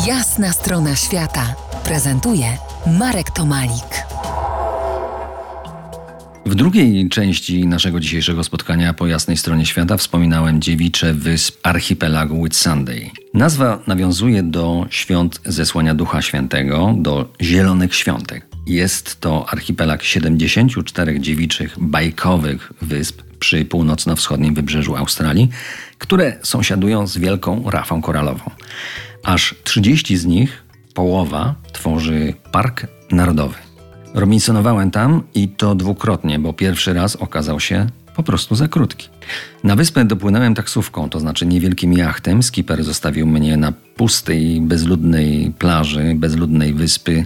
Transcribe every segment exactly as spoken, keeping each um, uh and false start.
Jasna strona świata prezentuje Marek Tomalik. W drugiej części naszego dzisiejszego spotkania po jasnej stronie świata wspominałem dziewicze wysp archipelagu Whitsunday. Nazwa nawiązuje do świąt zesłania Ducha Świętego, do Zielonych Świątek. Jest to archipelag siedemdziesięciu czterech dziewiczych, bajkowych wysp przy północno-wschodnim wybrzeżu Australii, które sąsiadują z Wielką Rafą Koralową. Aż trzydzieści z nich, połowa, tworzy Park Narodowy. Robinsonowałem tam i to dwukrotnie, bo pierwszy raz okazał się po prostu za krótki. Na wyspę dopłynąłem taksówką, to znaczy niewielkim jachtem. Skipper zostawił mnie na pustej, bezludnej plaży, bezludnej wyspy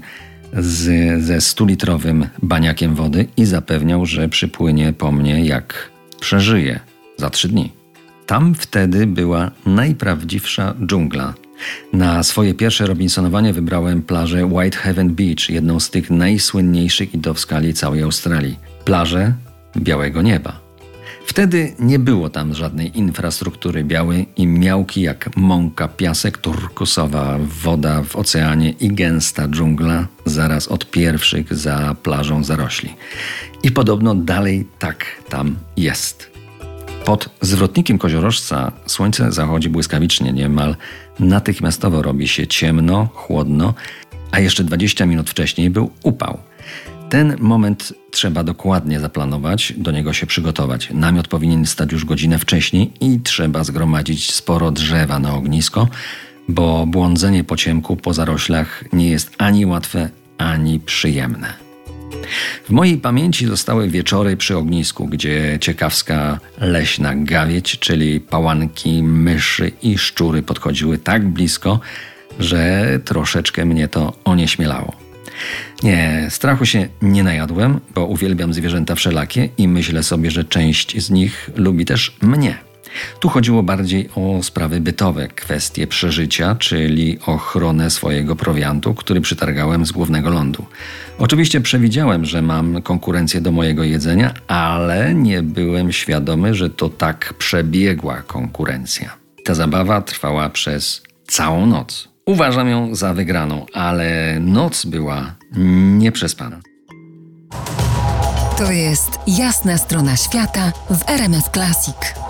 z, ze stulitrowym baniakiem wody i zapewniał, że przypłynie po mnie, jak przeżyje za trzy dni. Tam wtedy była najprawdziwsza dżungla. Na swoje pierwsze robinsonowanie wybrałem plażę Whitehaven Beach, jedną z tych najsłynniejszych i do w skali całej Australii. Plażę białego nieba. Wtedy nie było tam żadnej infrastruktury. Biały i miałki jak mąka, piasek, turkusowa woda w oceanie i gęsta dżungla zaraz od pierwszych za plażą zarośli. I podobno dalej tak tam jest. Pod zwrotnikiem Koziorożca słońce zachodzi błyskawicznie, niemal natychmiastowo robi się ciemno, chłodno, a jeszcze dwadzieścia minut wcześniej był upał. Ten moment trzeba dokładnie zaplanować, do niego się przygotować. Namiot powinien stać już godzinę wcześniej i trzeba zgromadzić sporo drzewa na ognisko, bo błądzenie po ciemku po zaroślach nie jest ani łatwe, ani przyjemne. W mojej pamięci zostały wieczory przy ognisku, gdzie ciekawska leśna gawieć, czyli pałanki, myszy i szczury podchodziły tak blisko, że troszeczkę mnie to onieśmielało. Nie, strachu się nie najadłem, bo uwielbiam zwierzęta wszelakie i myślę sobie, że część z nich lubi też mnie. Tu chodziło bardziej o sprawy bytowe, kwestie przeżycia, czyli ochronę swojego prowiantu, który przytargałem z głównego lądu. Oczywiście przewidziałem, że mam konkurencję do mojego jedzenia, ale nie byłem świadomy, że to tak przebiegła konkurencja. Ta zabawa trwała przez całą noc. Uważam ją za wygraną, ale noc była nieprzespana. To jest Jasna strona świata w R M F Classic.